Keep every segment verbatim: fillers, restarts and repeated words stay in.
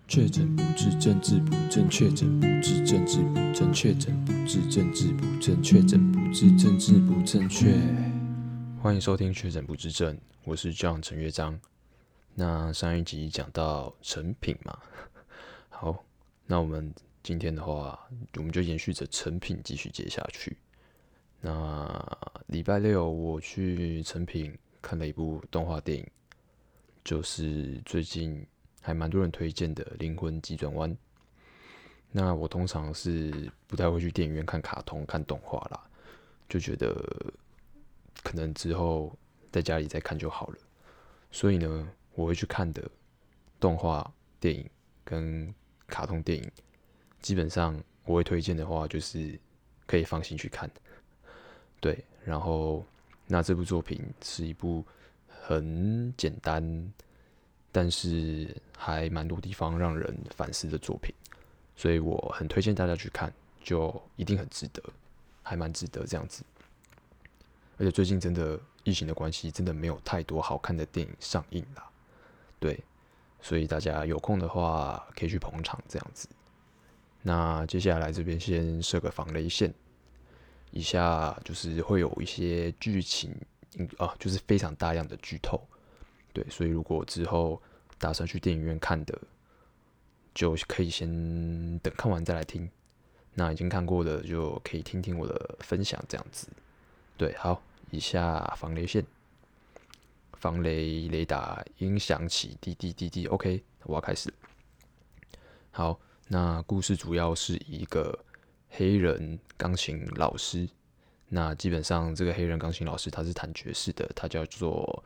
确诊不治，政治不正确；诊不治，政治不正确；诊不治，政治不正确；诊不治，政治不正确。欢迎收听《确诊不治症》，我是 John 陈乐章。那上一集讲到成品嘛，好，那我们今天的话，我们就延续着成品继续接下去。那礼拜六我去成品看了一部动画电影，就是最近还蛮多人推荐的《灵魂急转弯》。那我通常是不太会去电影院看卡通、看动画啦，就觉得可能之后在家里再看就好了。所以呢，我会去看的动画电影跟卡通电影，基本上我会推荐的话，就是可以放心去看。对，然后那这部作品是一部很简单，但是还蛮多地方让人反思的作品，所以我很推荐大家去看，就一定很值得，还蛮值得这样子。而且最近真的疫情的关系，真的没有太多好看的电影上映啦，对，所以大家有空的话可以去捧场这样子。那接下来这边先设个防雷线，以下就是会有一些剧情啊，就是非常大量的剧透，对，所以如果之后打算去电影院看的，就可以先等看完再来听。那已经看过的就可以听听我的分享这样子。对，好，以下防雷线，防雷雷达音响起，滴滴滴滴 ，OK， 我要开始。好，那故事主要是一个黑人钢琴老师。那基本上这个黑人钢琴老师他是弹爵士的，他叫做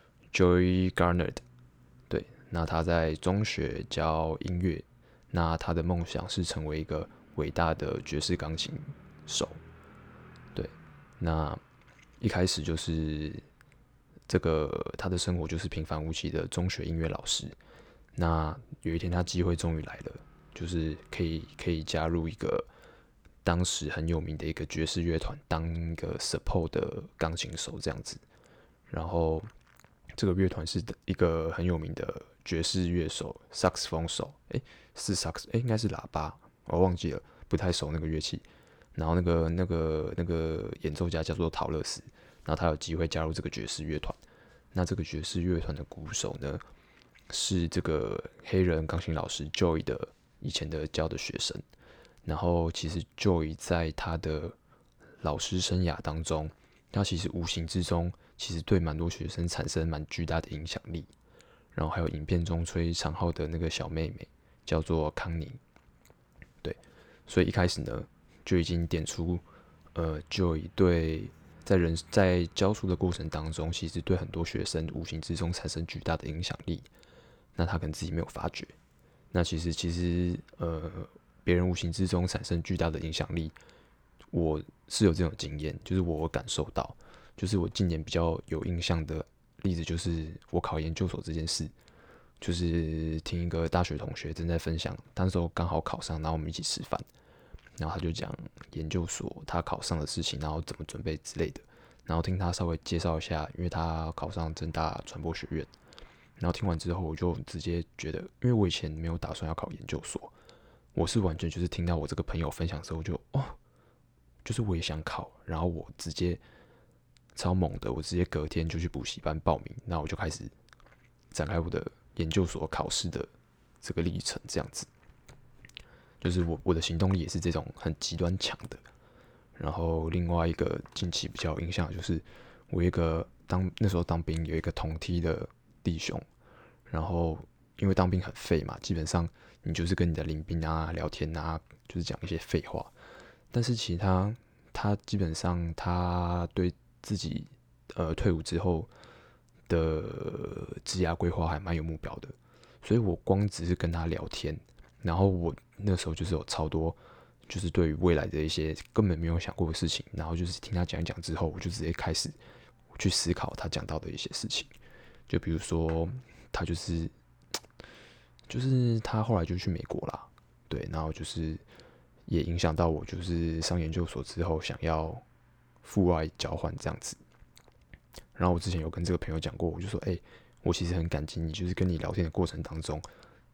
Joey Garnerd。对，那他在中学教音乐，那他的梦想是成为一个伟大的爵士钢琴手。对，那一开始就是这个他的生活就是平凡无奇的中学音乐老师。那有一天他机会终于来了，就是可以可以加入一个当时很有名的一个爵士乐团，当一个 support 的钢琴手这样子。然后这个乐团是一个很有名的爵士乐手，萨克斯风手，哎，是萨克斯，哎，应该是喇叭，我忘记了，不太熟那个乐器。然后那个那个那个演奏家叫做陶乐斯，然后他有机会加入这个爵士乐团。那这个爵士乐团的鼓手呢，是这个黑人钢琴老师 Joey 的以前的教的学生。然后其实 Joey 在他的老师生涯当中，他其实无形之中其实对蛮多学生产生蛮巨大的影响力。然后还有影片中吹长号的那个小妹妹叫做康妮，对，所以一开始呢就已经点出，呃 Joey 对在人在教书的过程当中，其实对很多学生无形之中产生巨大的影响力。那他可能自己没有发觉。那其实其实呃别人无形之中产生巨大的影响力，我是有这种经验，就是我感受到，就是我今年比较有印象的例子，就是我考研究所这件事，就是听一个大学同学正在分享，那时候刚好考上，然后我们一起吃饭，然后他就讲研究所他考上的事情，然后怎么准备之类的，然后听他稍微介绍一下，因为他考上政大传播学院，然后听完之后我就直接觉得，因为我以前没有打算要考研究所，我是完全就是听到我这个朋友分享之后就哦，就是我也想考，然后我直接超猛的，我直接隔天就去补习班报名，那我就开始展开我的研究所考试的这个历程，这样子，就是我我的行动力也是这种很极端强的。然后另外一个近期比较有印象的就是我有一个当那时候当兵有一个同梯的弟兄，然后因为当兵很废嘛，基本上你就是跟你的邻兵啊聊天啊，就是讲一些废话。但是其他他基本上他对自己呃退伍之后的职业规划还蛮有目标的，所以我光只是跟他聊天，然后我那时候就是有超多就是对于未来的一些根本没有想过的事情，然后就是听他讲一讲之后，我就直接开始去思考他讲到的一些事情，就比如说他就是就是他后来就去美国啦，对，然后就是也影响到我，就是上研究所之后想要赴外交换这样子。然后我之前有跟这个朋友讲过，我就说，哎、欸，我其实很感激你，就是跟你聊天的过程当中，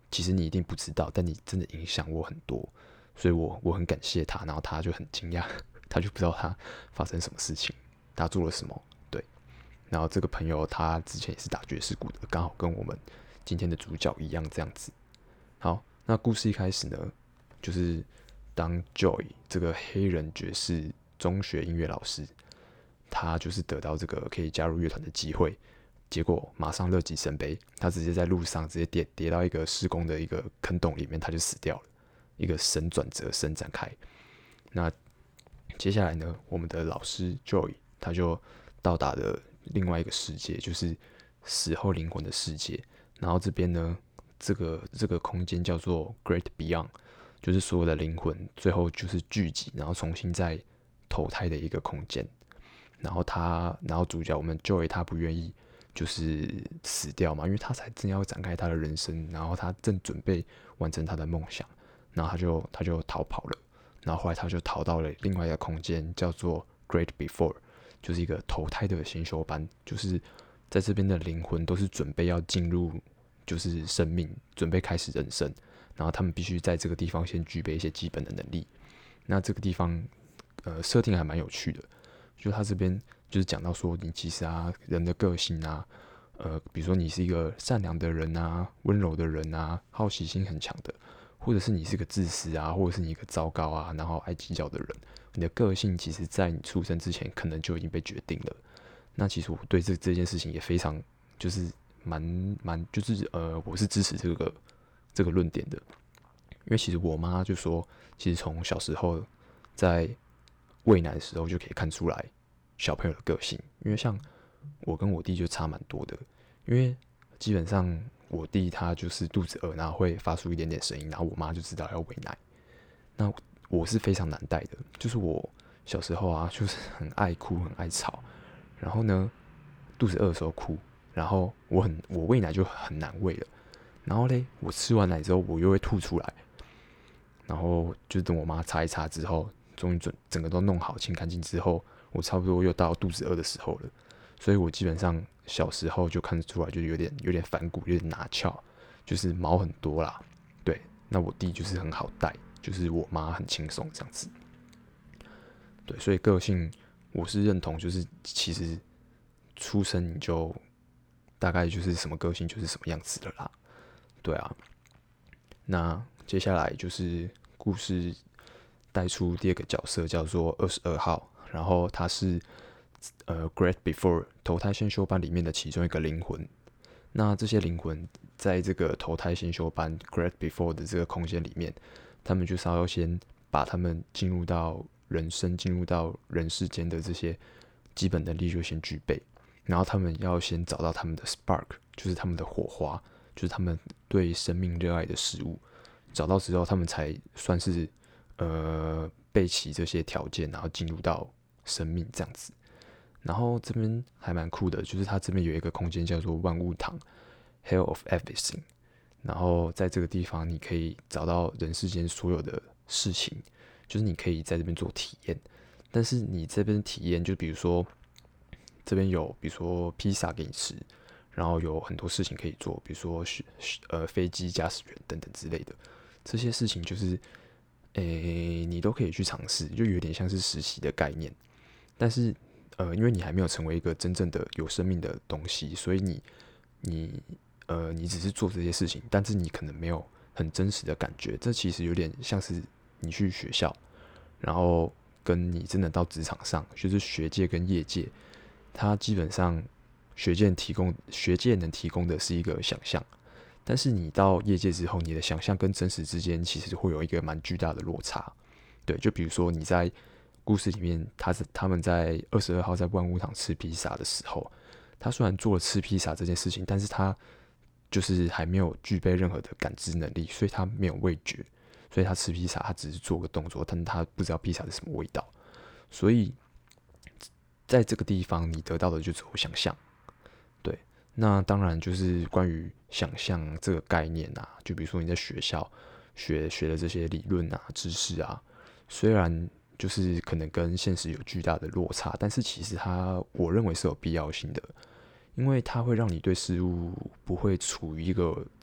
其实你一定不知道，但你真的影响我很多，所以我我很感谢他。然后他就很惊讶，他就不知道他发生什么事情，他做了什么。对，然后这个朋友他之前也是打爵士鼓的，刚好跟我们今天的主角一样这样子。好，那故事一开始呢，就是当 Joy 这个黑人爵士中学音乐老师，他就是得到这个可以加入乐团的机会。结果马上乐极生悲，他直接在路上直接跌跌到一个施工的一个坑洞里面，他就死掉了。一个神转折，神展开。那接下来呢，我们的老师 Joy 他就到达了另外一个世界，就是死后灵魂的世界。然后这边呢，这个这个空间叫做 Great Beyond， 就是所有的灵魂最后就是聚集，然后重新再投胎的一个空间。然后他，然后主角我们 Joy 他不愿意。就是死掉嘛，因为他才正要展开他的人生，然后他正准备完成他的梦想，然后他就他就逃跑了，然后后来他就逃到了另外一个空间，叫做 Great Before， 就是一个投胎的先修班，就是在这边的灵魂都是准备要进入就是生命，准备开始人生，然后他们必须在这个地方先具备一些基本的能力。那这个地方呃设定还蛮有趣的，就他这边。就是讲到说，你其实啊，人的个性啊，呃，比如说你是一个善良的人啊，温柔的人啊，好奇心很强的，或者是你是个自私啊，或者是你一个糟糕啊，然后爱计较的人，你的个性其实在你出生之前可能就已经被决定了。那其实我对这这件事情也非常就是蛮蛮就是呃，我是支持这个这个论点的，因为其实我妈就说，其实从小时候在喂奶的时候就可以看出来。小朋友的个性，因为像我跟我弟就差蛮多的，因为基本上我弟他就是肚子饿，然后会发出一点点声音，然后我妈就知道要喂奶。那我是非常难带的，就是我小时候啊，就是很爱哭，很爱吵，然后呢，肚子饿的时候哭，然后我很我喂奶就很难喂了，然后嘞，我吃完奶之后我又会吐出来，然后就等我妈擦一擦之后，终于整整个都弄好清干净之后。我差不多又到肚子饿的时候了，所以我基本上小时候就看得出来，就有点有点反骨，有点拿翘，就是毛很多啦。对，那我弟就是很好带，就是我妈很轻松这样子。对，所以个性我是认同，就是其实出生你就大概就是什么个性就是什么样子了啦。对啊，那接下来就是故事带出第二个角色，叫做二十二号。然后他是呃 Great Before 投胎先修班里面的其中一个灵魂。那这些灵魂在这个投胎先修班 Great Before 的这个空间里面，他们就是要先把他们进入到人生、进入到人世间的这些基本能力就先具备，然后他们要先找到他们的 spark， 就是他们的火花，就是他们对生命热爱的事物。找到之后，他们才算是呃备齐这些条件，然后进入到生命这样子。然后这边还蛮酷的，就是它这边有一个空间叫做万物堂 Hell of Everything， 然后在这个地方你可以找到人世间所有的事情，就是你可以在这边做体验。但是你这边体验，就比如说这边有比如说披萨给你吃，然后有很多事情可以做，比如说呃飞机驾驶员等等之类的，这些事情就是诶你都可以去尝试，就有点像是实习的概念。但是呃，因为你还没有成为一个真正的有生命的东西，所以你你呃，你只是做这些事情，但是你可能没有很真实的感觉。这其实有点像是你去学校，然后跟你真的到职场上，就是学界跟业界，它基本上学界提供学界能提供的是一个想象，但是你到业界之后，你的想象跟真实之间其实会有一个蛮巨大的落差。对，就比如说你在故事里面，他是他们在二十二号在万物堂吃披萨的时候，他虽然做了吃披萨这件事情，但是他就是还没有具备任何的感知能力，所以他没有味觉，所以他吃披萨他只是做个动作，但他不知道披萨是什么味道。所以在这个地方，你得到的就只有想象。对，那当然就是关于想象这个概念啊，就比如说你在学校学学的这些理论啊、知识啊，虽然就是可能跟现实有巨大的落差，但是其实它我认为是有必要性的，因为它会让你对事物不会处于一个不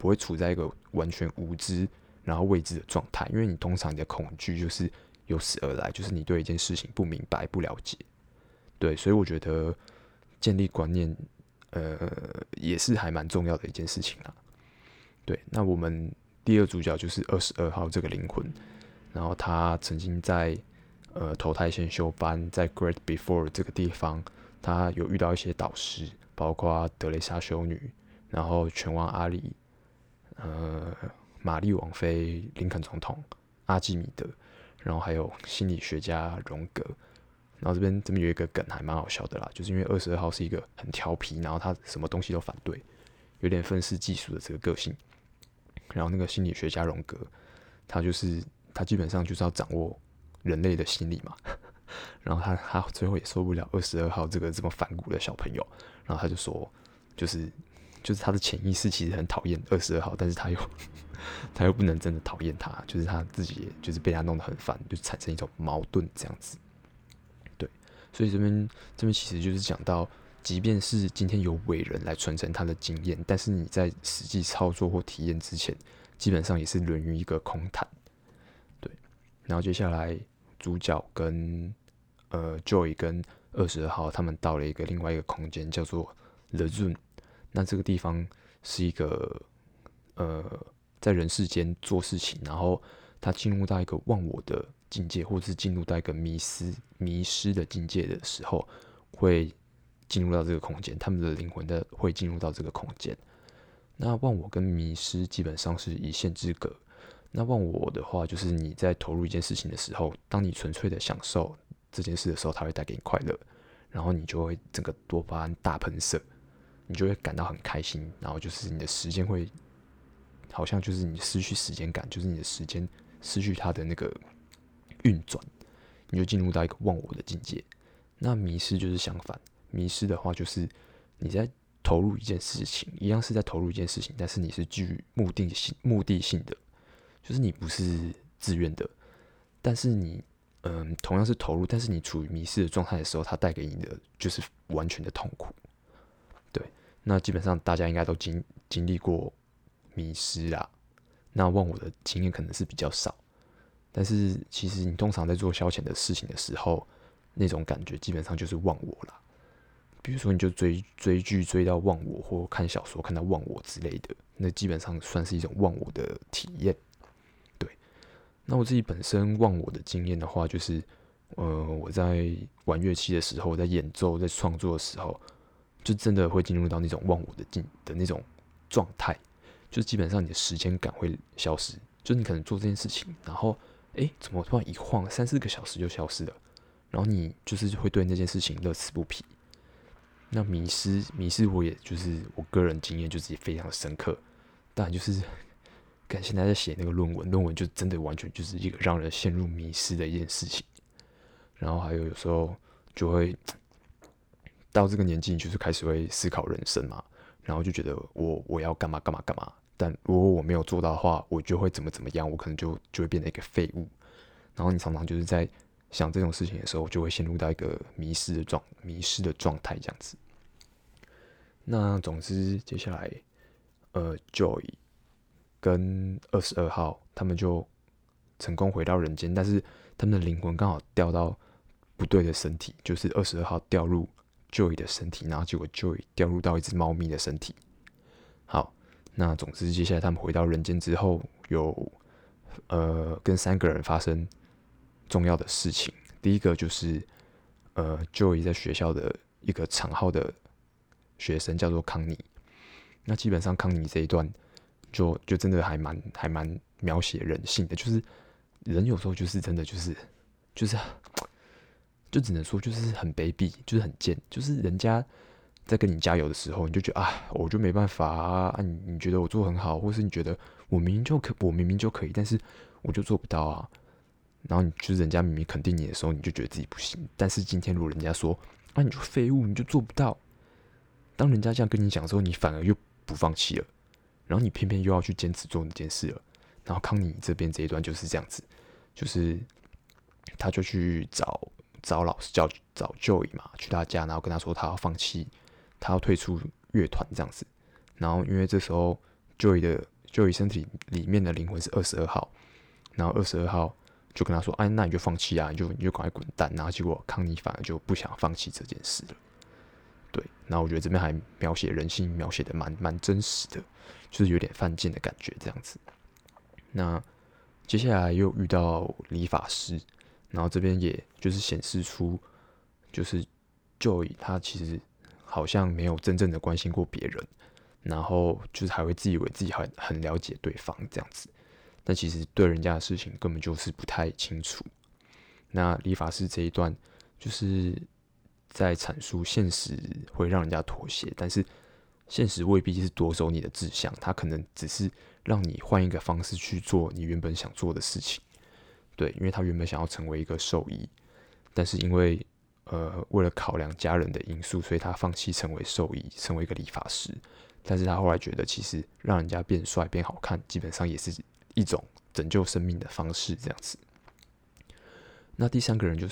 不会处在一个完全无知然后未知的状态，因为你通常你的恐惧就是由此而来，就是你对一件事情不明白、不了解。对，所以我觉得建立观念，呃，也是还蛮重要的一件事情啦。对，那我们第二主角就是二十二号这个灵魂，然后他曾经在呃投胎先修班，在 Great Before 这个地方，他有遇到一些导师，包括德蕾莎修女，然后拳王阿里，呃，玛丽王妃、林肯总统、阿基米德，然后还有心理学家荣格。然后这边这边有一个梗还蛮好笑的啦，就是因为二十二号是一个很调皮，然后他什么东西都反对，有点愤世嫉俗的这个个性。然后那个心理学家荣格，他就是他基本上就是要掌握人类的心理嘛。然后他他最后也受不了二十二号这个这么反骨的小朋友，然后他就说，就是就是他的潜意识其实很讨厌二十二号，但是他又他又不能真的讨厌他，就是他自己也就是被他弄得很烦，就产生一种矛盾这样子。对，所以这边这边其实就是讲到，即便是今天有伟人来传承他的经验，但是你在实际操作或体验之前，基本上也是沦于一个空谈。对，然后接下来主角跟呃 Joy 跟二十二号他们到了一个另外一个空间，叫做 The Zone。那这个地方是一个呃在人世间做事情，然后他进入到一个忘我的境界，或者是进入到一个迷失迷失的境界的时候，会进入到这个空间，他们的灵魂的会进入到这个空间。那忘我跟迷失基本上是一线之隔。那忘我的话，就是你在投入一件事情的时候，当你纯粹的享受这件事的时候，它会带给你快乐，然后你就会整个多巴胺大喷射，你就会感到很开心，然后就是你的时间会好像就是你失去时间感，就是你的时间失去它的那个运转，你就进入到一个忘我的境界。那迷失就是相反，迷失的话就是你在投入一件事情，一样是在投入一件事情，但是你是基于目的性、目的性的，就是你不是自愿的，但是你嗯同样是投入，但是你处于迷失的状态的时候，它带给你的就是完全的痛苦。对，那基本上大家应该都经经历过迷失啦。那忘我的经验可能是比较少，但是其实你通常在做消遣的事情的时候，那种感觉基本上就是忘我啦。比如说你就追追剧追到忘我，或看小说看到忘我之类的，那基本上算是一种忘我的体验。对，那我自己本身忘我的经验的话，就是呃我在玩乐器的时候，在演奏在创作的时候，就真的会进入到那种忘我的境的那种状态，就是基本上你的时间感会消失，就是你可能做这件事情，然后哎怎么突然一晃三四个小时就消失了，然后你就是会对那件事情乐此不疲。那迷失迷失我也就是我个人经验就是也非常深刻，当然就是看现在在写那个论文，论文就真的完全就是一个让人陷入迷失的一件事情。然后还有有时候就会到这个年纪，你就是开始会思考人生嘛，然后就觉得我我要干嘛干嘛干嘛，但如果我没有做到的话，我就会怎么怎么样，我可能就就会变成一个废物。然后你常常就是在想这种事情的时候，就会陷入到一个迷失的状迷失的状态这样子。那总之接下来，呃 ，Joy 跟二十二号他们就成功回到人间，但是他们的灵魂刚好掉到不对的身体，就是二十二号掉入 Joy 的身体，然后结果 Joy 掉入到一只猫咪的身体。好，那总之接下来他们回到人间之后，有呃跟三个人发生重要的事情。第一个就是呃 Joy 在学校的一个长号的学生叫做康妮。那基本上康妮这一段就就真的还蛮还蛮描写人性的，就是人有时候就是真的就是就是就只能说就是很卑鄙，就是很贱，就是人家在跟你加油的时候，你就觉得啊，我就没办法啊，啊你你觉得我做很好，或是你觉得我明明就可我明明就可以，但是我就做不到啊。然后你就是人家明明肯定你的时候，你就觉得自己不行。但是今天如果人家说啊你就废物，你就做不到，当人家这样跟你讲的时候，你反而又不放弃了，然后你偏偏又要去坚持做那件事了。然后康妮这边这一段就是这样子，就是他就去找找老师叫找 Joy 嘛，去他家，然后跟他说他要放弃，他要退出乐团这样子。然后因为这时候 Joy 的 Joey 身体里面的灵魂是二十二号，然后二十二号就跟他说：“哎，那你就放弃啊，你就你就赶快滚蛋。”然后结果康妮反而就不想放弃这件事了。对，然后我觉得这边还描写人性，描写的蛮蛮真实的，就是有点犯贱的感觉这样子。那接下来又遇到理发师，然后这边也就是显示出，就是 Joey 他其实好像没有真正的关心过别人，然后就是还会自以为自己很很了解对方这样子，但其实对人家的事情根本就是不太清楚。那理发师这一段就是在阐述现实会让人家妥协，但是现实未必是夺走你的志向，它可能只是让你换一个方式去做你原本想做的事情。对，因为他原本想要成为一个兽医，但是因为呃为了考量家人的因素，所以他放弃成为兽医，成为一个理发师。但是他后来觉得，其实让人家变帅变好看，基本上也是一种拯救生命的方式，这样子。那第三个人就是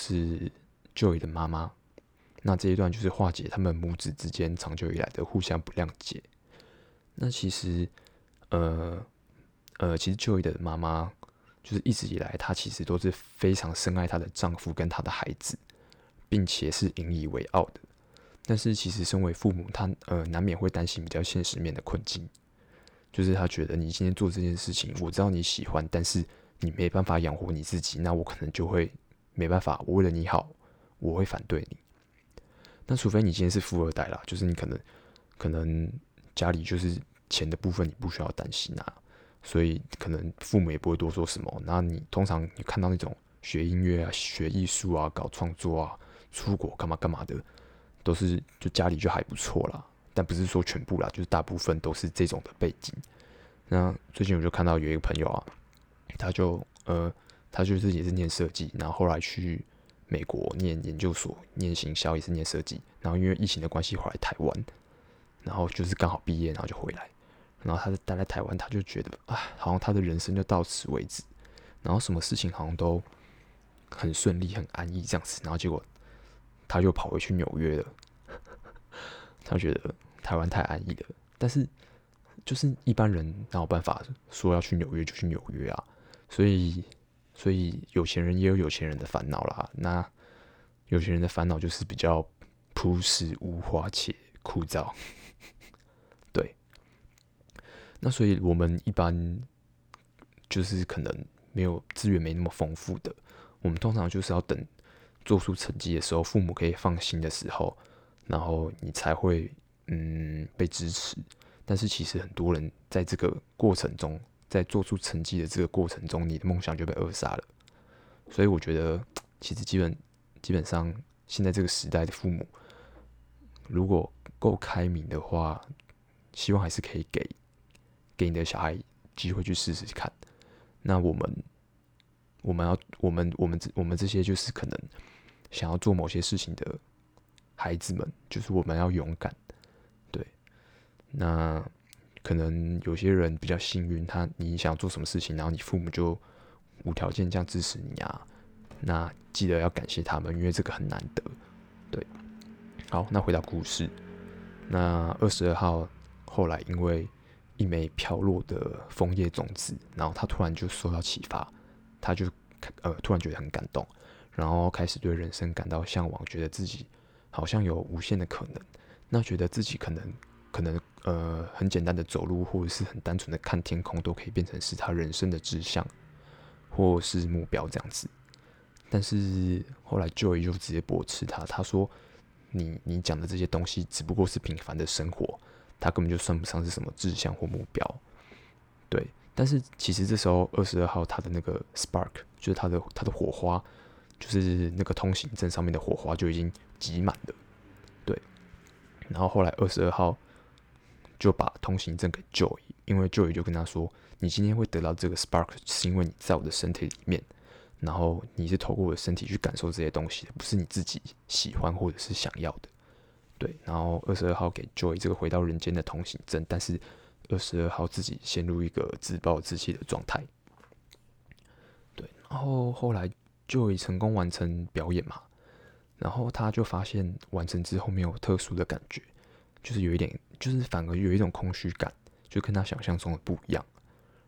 Joey 的妈妈。那这一段就是化解他们母子之间长久以来的互相不谅解。那其实，呃呃，其实 Joey 的妈妈就是一直以来，她其实都是非常深爱她的丈夫跟她的孩子，并且是引以为傲的。但是其实身为父母，他呃难免会担心比较现实面的困境，就是他觉得你今天做这件事情，我知道你喜欢，但是你没办法养活你自己，那我可能就会没办法，我为了你好，我会反对你。那除非你今天是富二代啦，就是你可能可能家里就是钱的部分你不需要担心啊，所以可能父母也不会多说什么。那你通常你看到那种学音乐啊、学艺术啊、搞创作啊、出国干嘛干嘛的，都是就家里就还不错啦，但不是说全部啦，就是大部分都是这种的背景。那最近我就看到有一个朋友啊，他就呃他就是也是念设计，然后后来去美国念研究所，念行销也是念设计，然后因为疫情的关系回来台湾，然后就是刚好毕业，然后就回来，然后他待在台湾，他就觉得啊，好像他的人生就到此为止，然后什么事情好像都很顺利、很安逸这样子，然后结果他又跑回去纽约了，他觉得台湾太安逸了，但是就是一般人哪有办法说要去纽约就去纽约啊，所以。所以有钱人也有有钱人的烦恼啦。那有钱人的烦恼就是比较朴实无华且枯燥。对，那所以我们一般就是可能没有资源没那么丰富的，我们通常就是要等做出成绩的时候，父母可以放心的时候，然后你才会嗯被支持。但是其实很多人在这个过程中。在做出成绩的这个过程中，你的梦想就被扼杀了。所以我觉得，其实基本基本上，现在这个时代的父母，如果够开明的话，希望还是可以给给你的小孩机会去试试看。那我们我们要我们我们我们这些就是可能想要做某些事情的孩子们，就是我们要勇敢。对，那。可能有些人比较幸运，他你想做什么事情，然后你父母就无条件这样支持你啊，那记得要感谢他们，因为这个很难得。对，好，那回到故事，那二十二号后来因为一枚飘落的枫叶种子，然后他突然就受到启发，他就呃突然觉得很感动，然后开始对人生感到向往，觉得自己好像有无限的可能，那觉得自己可能。可能呃很简单的走路，或者是很单纯的看天空，都可以变成是他人生的志向，或是目标这样子。但是后来 Joey 就直接驳斥他，他说你你讲的这些东西只不过是平凡的生活，他根本就算不上是什么志向或目标。对，但是其实这时候二十二号他的那个 spark 就是他的他的火花，就是那个通行证上面的火花就已经挤满了。对，然后后来二十二号。就把通行证给 Joey， 因为 Joey 就跟他说：“你今天会得到这个 spark， 是因为你在我的身体里面，然后你是透过我的身体去感受这些东西的，不是你自己喜欢或者是想要的。”对，然后二十二号给 Joey 这个回到人间的通行证，但是二十二号自己陷入一个自暴自弃的状态。对，然后后来 Joey 成功完成表演嘛，然后他就发现完成之后没有特殊的感觉。就是有一点，就是反而有一种空虚感，就跟他想象中的不一样。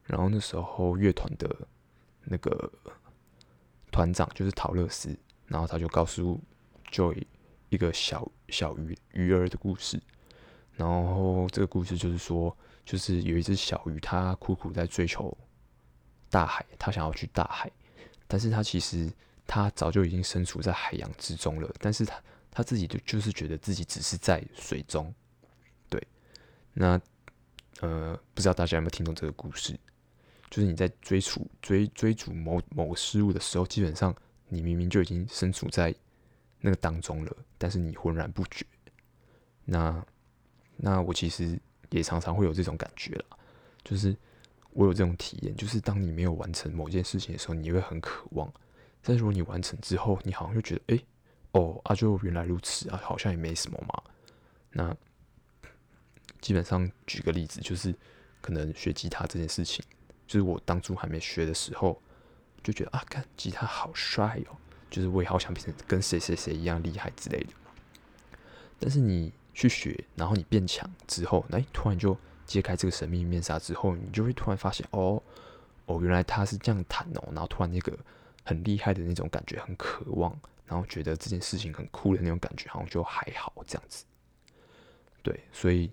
然后那时候乐团的那个团长就是陶乐斯，然后他就告诉 Joey 一个小小鱼鱼儿的故事。然后这个故事就是说，就是有一只小鱼，它苦苦在追求大海，它想要去大海，但是它其实它早就已经身处在海洋之中了，但是它它自己就就是觉得自己只是在水中。对，那呃，不知道大家有没有听懂这个故事？就是你在追逐追追逐某某个事物的时候，基本上你明明就已经身处在那个当中了，但是你浑然不觉。那那我其实也常常会有这种感觉啦，就是我有这种体验，就是当你没有完成某件事情的时候，你会很渴望，但是如果你完成之后，你好像就觉得，哎、欸，哦啊，就原来如此啊，好像也没什么嘛。那基本上举个例子，就是可能学吉他这件事情，就是我当初还没学的时候，就觉得啊，看吉他好帅哦，就是我也好想变成跟谁谁谁一样厉害之类的。但是你去学，然后你变强之后，哎，突然就揭开这个神秘面纱之后，你就会突然发现，哦哦，原来他是这样弹哦，然后突然那个很厉害的那种感觉，很渴望，然后觉得这件事情很酷的那种感觉，好像就还好这样子。对，所以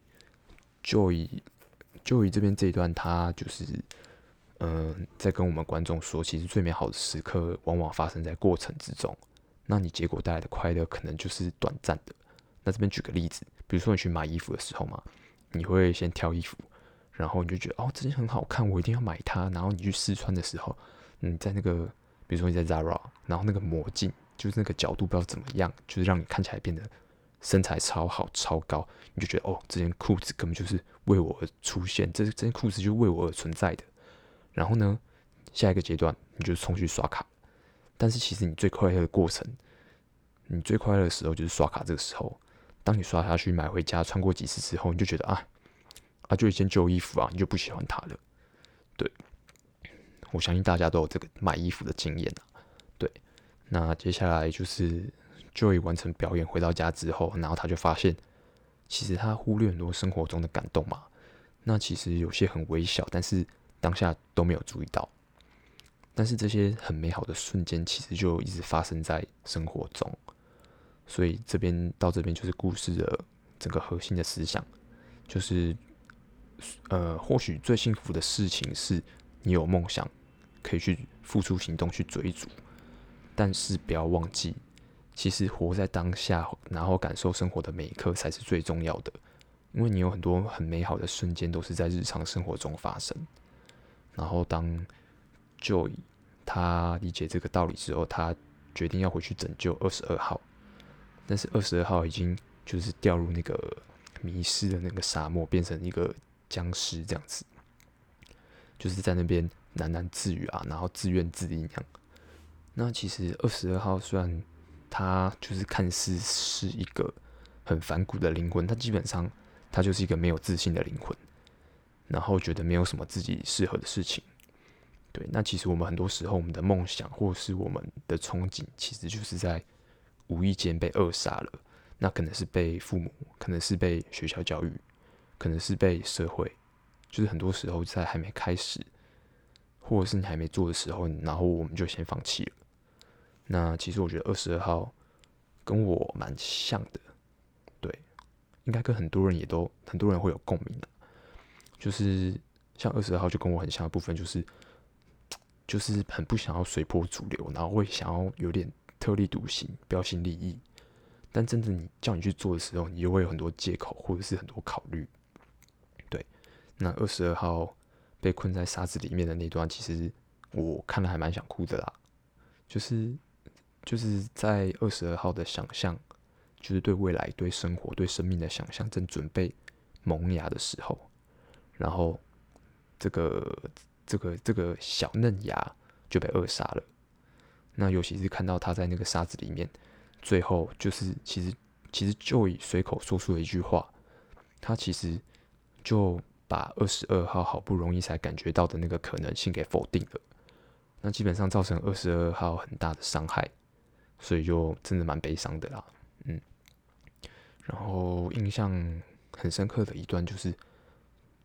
Joey Joey 这边这一段，他就是嗯、呃，在跟我们观众说，其实最美好的时刻往往发生在过程之中，那你结果带来的快乐可能就是短暂的。那这边举个例子，比如说你去买衣服的时候嘛，你会先挑衣服，然后你就觉得哦，这件很好看，我一定要买它。然后你去试穿的时候，你在那个，比如说你在 Zara， 然后那个魔镜就是那个角度不知道怎么样，就是让你看起来变得身材超好、超高，你就觉得哦，这件裤子根本就是为我而出现，这这件裤子就是为我而存在的。然后呢，下一个阶段你就冲去刷卡，但是其实你最快乐的过程，你最快乐的时候就是刷卡这个时候。当你刷下去买回家，穿过几次之后，你就觉得啊啊，就一件旧衣服啊，你就不喜欢它了。对，我相信大家都有这个买衣服的经验啊。对，那接下来就是 Joey 完成表演回到家之后，然后他就发现，其实他忽略很多生活中的感动嘛。那其实有些很微小，但是当下都没有注意到。但是这些很美好的瞬间，其实就一直发生在生活中。所以这边到这边就是故事的整个核心的思想，就是呃，或许最幸福的事情是你有梦想，可以去付出行动去追逐，但是不要忘记，其实活在当下，然后感受生活的每一刻才是最重要的，因为你有很多很美好的瞬间都是在日常生活中发生。然后当 Joey 他理解这个道理之后，他决定要回去拯救二十二号。但是二十二号已经就是掉入那个迷失的那个沙漠，变成一个僵尸这样子，就是在那边喃喃自语啊，然后自怨自艾那样。那其实二十二号虽然他就是看似是一个很反骨的灵魂，他基本上他就是一个没有自信的灵魂，然后觉得没有什么自己适合的事情。对，那其实我们很多时候，我们的梦想或是我们的憧憬，其实就是在无意间被扼杀了。那可能是被父母，可能是被学校教育，可能是被社会，就是很多时候在还没开始，或者是你还没做的时候，然后我们就先放弃了。那其实我觉得二十二号跟我蛮像的，对，应该跟很多人也都很多人会有共鸣的，就是像二十二号就跟我很像的部分，就是就是很不想要随波逐流，然后会想要有点特立独行、标新立异。但真的你叫你去做的时候，你又会有很多借口或者是很多考虑。对，那二十二号被困在沙子里面的那段，其实我看了还蛮想哭的啦。就是就是在二十二号的想象，就是对未来、对生活、对生命的想象正准备萌芽的时候，然后这个这个这个小嫩芽就被扼杀了。那尤其是看到他在那个沙子里面，最后就是其实其实就以随口说出了一句话，他其实就把二十二号好不容易才感觉到的那个可能性给否定了。那基本上造成二十二号很大的伤害，所以就真的蛮悲伤的啦。嗯，然后印象很深刻的一段就是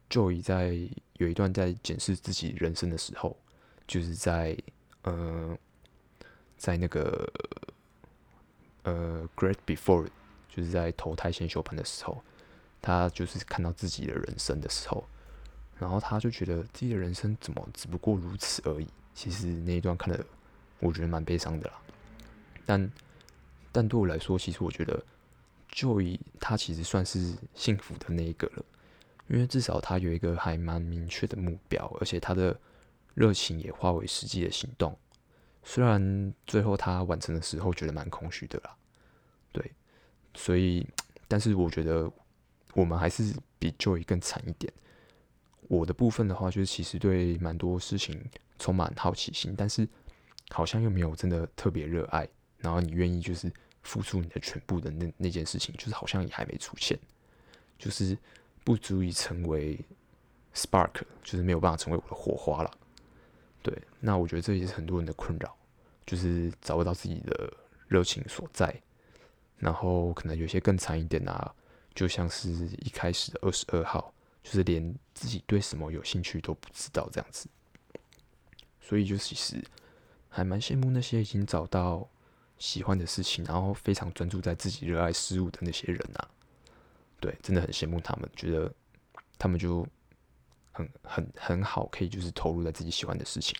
Joey 在有一段在检视自己人生的时候，就是在呃在那个呃 Great Before， 就是在投胎先修盘的时候，他就是看到自己的人生的时候，然后他就觉得自己的人生怎么只不过如此而已。其实那一段看了，我觉得蛮悲伤的啦。但但对我来说，其实我觉得 Joey 他其实算是幸福的那一个了，因为至少他有一个还蛮明确的目标，而且他的热情也化为实际的行动。虽然最后他完成的时候觉得蛮空虚的啦，对，所以但是我觉得我们还是比 Joey 更惨一点。我的部分的话，就是其实对蛮多事情充满好奇心，但是好像又没有真的特别热爱，然后你愿意就是付出你的全部的那那件事情，就是好像也还没出现，就是不足以成为 spark， 就是没有办法成为我的火花了。对，那我觉得这也是很多人的困扰，就是找不到自己的热情所在，然后可能有些更惨一点啊，就像是一开始的二十二号。就是连自己对什么有兴趣都不知道这样子，所以就其实还蛮羡慕那些已经找到喜欢的事情，然后非常专注在自己热爱事物的那些人啊。对，真的很羡慕他们，觉得他们就很很很好，可以就是投入在自己喜欢的事情。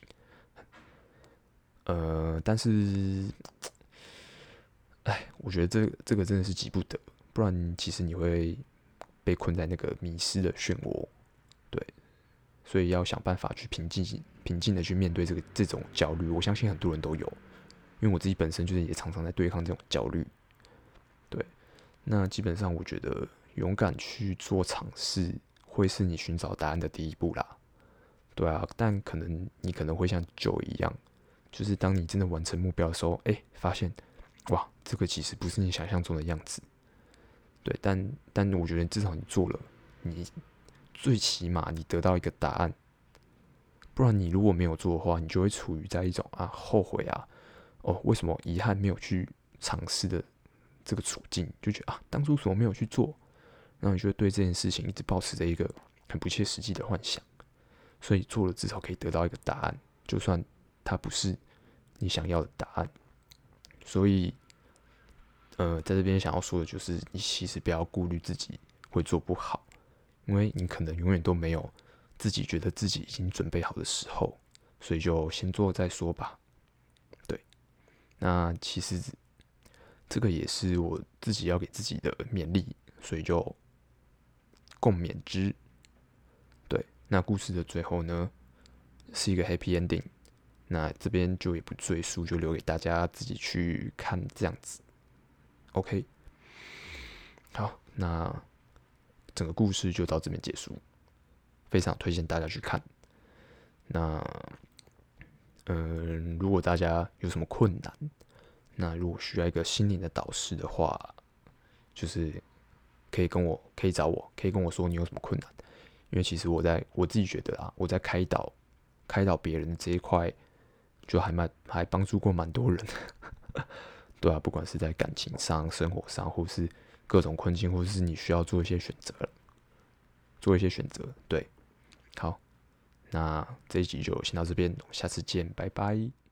呃，但是，哎，我觉得这这个真的是急不得，不然其实你会被困在那个迷失的漩涡，对，所以要想办法去平静、平静的去面对这个这种焦虑。我相信很多人都有，因为我自己本身就是也常常在对抗这种焦虑。对，那基本上我觉得勇敢去做尝试，会是你寻找答案的第一步啦。对啊，但可能你可能会像酒一样，就是当你真的完成目标的时候，哎、欸，发现哇，这个其实不是你想象中的样子。对，但但我觉得至少你做了，你最起码你得到一个答案，不然你如果没有做的话，你就会处于在一种啊后悔啊，哦为什么遗憾没有去尝试的这个处境，就觉得啊当初为什么没有去做，然后你就会对这件事情一直保持着一个很不切实际的幻想，所以做了至少可以得到一个答案，就算它不是你想要的答案，所以。呃，在这边想要说的就是，你其实不要顾虑自己会做不好，因为你可能永远都没有自己觉得自己已经准备好的时候，所以就先做再说吧。对，那其实这个也是我自己要给自己的勉励，所以就共勉之。对，那故事的最后呢，是一个 happy ending，那这边就也不赘述，就留给大家自己去看这样子。OK， 好，那整个故事就到这边结束，非常推荐大家去看。那，嗯、呃，如果大家有什么困难，那如果需要一个心灵的导师的话，就是可以跟我，可以找我，可以跟我说你有什么困难，因为其实我在我自己觉得啊，我在开导开导别人的这一块，就还蛮还帮助过蛮多人。对啊，不管是在感情上、生活上，或是各种困境，或是你需要做一些选择，做一些选择。对，好，那这一集就先到这边，我们下次见，拜拜。